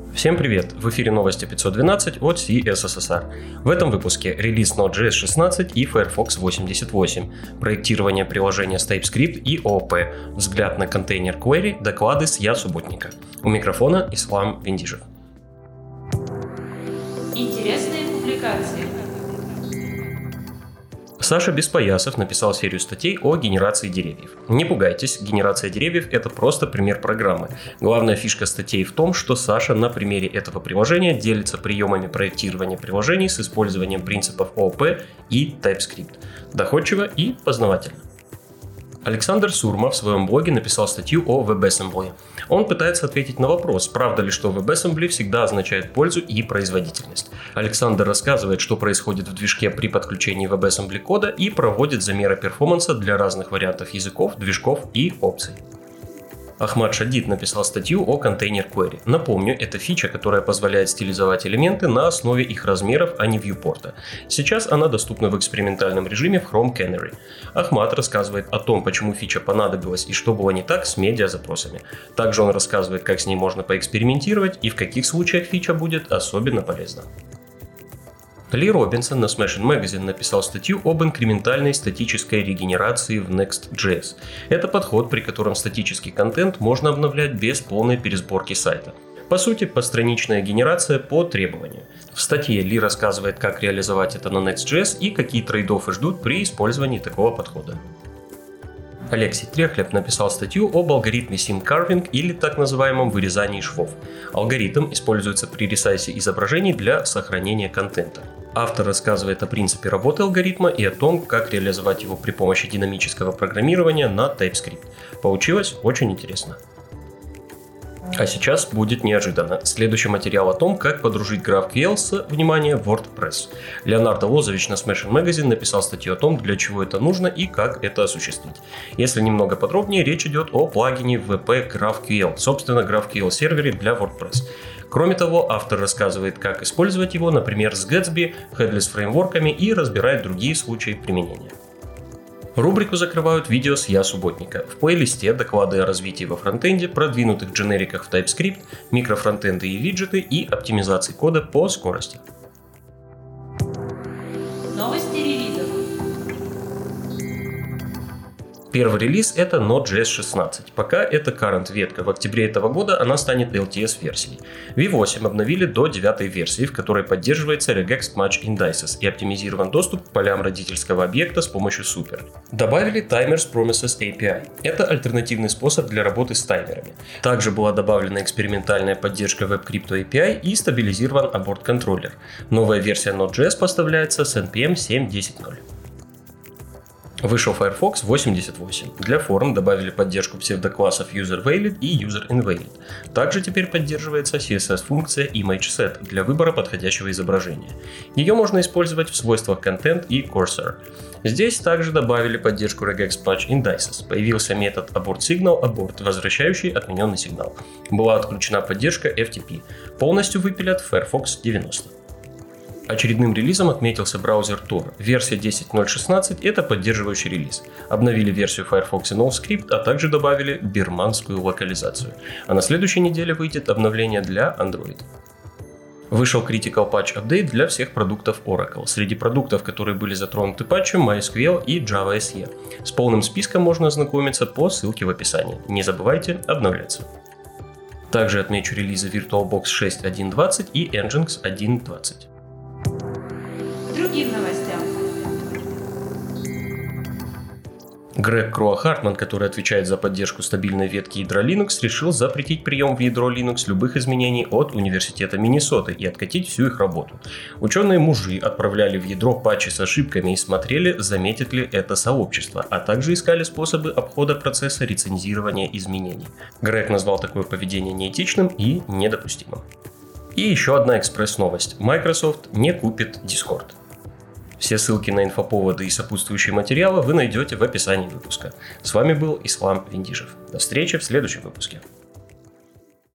Всем привет! В эфире новости 512 от CSSR. В этом выпуске релиз Node.js 16 и Firefox 88, проектирование приложения с TypeScript и ООП, взгляд на контейнер query, доклады с Я Субботника. У микрофона Ислам Виндижев. Интересные публикации. Саша Беспоясов написал серию статей о генерации деревьев. Не пугайтесь, генерация деревьев – это просто пример программы. Главная фишка статей в том, что Саша на примере этого приложения делится приемами проектирования приложений с использованием принципов ООП и TypeScript. Доходчиво и познавательно. Александр Сурма в своем блоге написал статью о WebAssembly. Он пытается ответить на вопрос, правда ли, что WebAssembly всегда означает пользу и производительность. Александр рассказывает, что происходит в движке при подключении WebAssembly кода и проводит замеры перформанса для разных вариантов языков, движков и опций. Ахмад Шадид написал статью о контейнер query. Напомню, это фича, которая позволяет стилизовать элементы на основе их размеров, а не вьюпорта. Сейчас она доступна в экспериментальном режиме в Chrome Canary. Ахмад рассказывает о том, почему фича понадобилась и что было не так с медиазапросами. Также он рассказывает, как с ней можно поэкспериментировать и в каких случаях фича будет особенно полезна. Ли Робинсон на Smashing Magazine написал статью об инкрементальной статической регенерации в Next.js. Это подход, при котором статический контент можно обновлять без полной пересборки сайта. По сути, постраничная генерация по требованию. В статье Ли рассказывает, как реализовать это на Next.js и какие трейд-оффы ждут при использовании такого подхода. Алексей Трехлеб написал статью об алгоритме seam carving или так называемом вырезании швов. Алгоритм используется при ресайзе изображений для сохранения контента. Автор рассказывает о принципе работы алгоритма и о том, как реализовать его при помощи динамического программирования на TypeScript. Получилось очень интересно. А сейчас будет неожиданно. Следующий материал о том, как подружить GraphQL с, внимание, WordPress. Леонардо Лозович на Smashing Magazine написал статью о том, для чего это нужно и как это осуществить. Если немного подробнее, речь идет о плагине WP GraphQL, собственно GraphQL сервере для WordPress. Кроме того, автор рассказывает, как использовать его, например, с Gatsby, Headless фреймворками и разбирает другие случаи применения. Рубрику закрывают видео с Я Субботника. В плейлисте доклады о развитии во фронтенде, продвинутых дженериках в TypeScript, микрофронтенды и виджеты и оптимизации кода по скорости. Новости релизов. Первый релиз — это Node.js 16. Пока это current ветка. В октябре этого года она станет LTS-версией. V8 обновили до 9 версии, в которой поддерживается regex match indices и оптимизирован доступ к полям родительского объекта с помощью Super. Добавили Timers Promises API. Это альтернативный способ для работы с таймерами. Также была добавлена экспериментальная поддержка WebCrypto API и стабилизирован аборт-контроллер. Новая версия Node.js поставляется с NPM 7.10.0. Вышел Firefox 88. Для форм добавили поддержку псевдоклассов UserValid и UserInvalid. Также теперь поддерживается CSS-функция ImageSet для выбора подходящего изображения. Ее можно использовать в свойствах Content и Cursor. Здесь также добавили поддержку regex match indices. Появился метод abortSignal возвращающий отмененный сигнал. Была отключена поддержка FTP. Полностью выпилят Firefox 90. Очередным релизом отметился браузер Tor. Версия 10.0.16 – это поддерживающий релиз. Обновили версию Firefox и NoScript, а также добавили бирманскую локализацию. А на следующей неделе выйдет обновление для Android. Вышел Critical Patch Update для всех продуктов Oracle. Среди продуктов, которые были затронуты патчем, MySQL и Java SE. С полным списком можно ознакомиться по ссылке в описании. Не забывайте обновляться. Также отмечу релизы VirtualBox 6.1.20 и Nginx 1.20. Другим новостям. Грег Кроа-Хартман, который отвечает за поддержку стабильной ветки ядра Linux, решил запретить прием в ядро Linux любых изменений от Университета Миннесоты и откатить всю их работу. Ученые-мужи отправляли в ядро патчи с ошибками и смотрели, заметит ли это сообщество, а также искали способы обхода процесса рецензирования изменений. Грег назвал такое поведение неэтичным и недопустимым. И еще одна экспресс-новость. Microsoft не купит Discord. Все ссылки на инфоповоды и сопутствующие материалы вы найдете в описании выпуска. С вами был Ислам Виндижев. До встречи в следующем выпуске.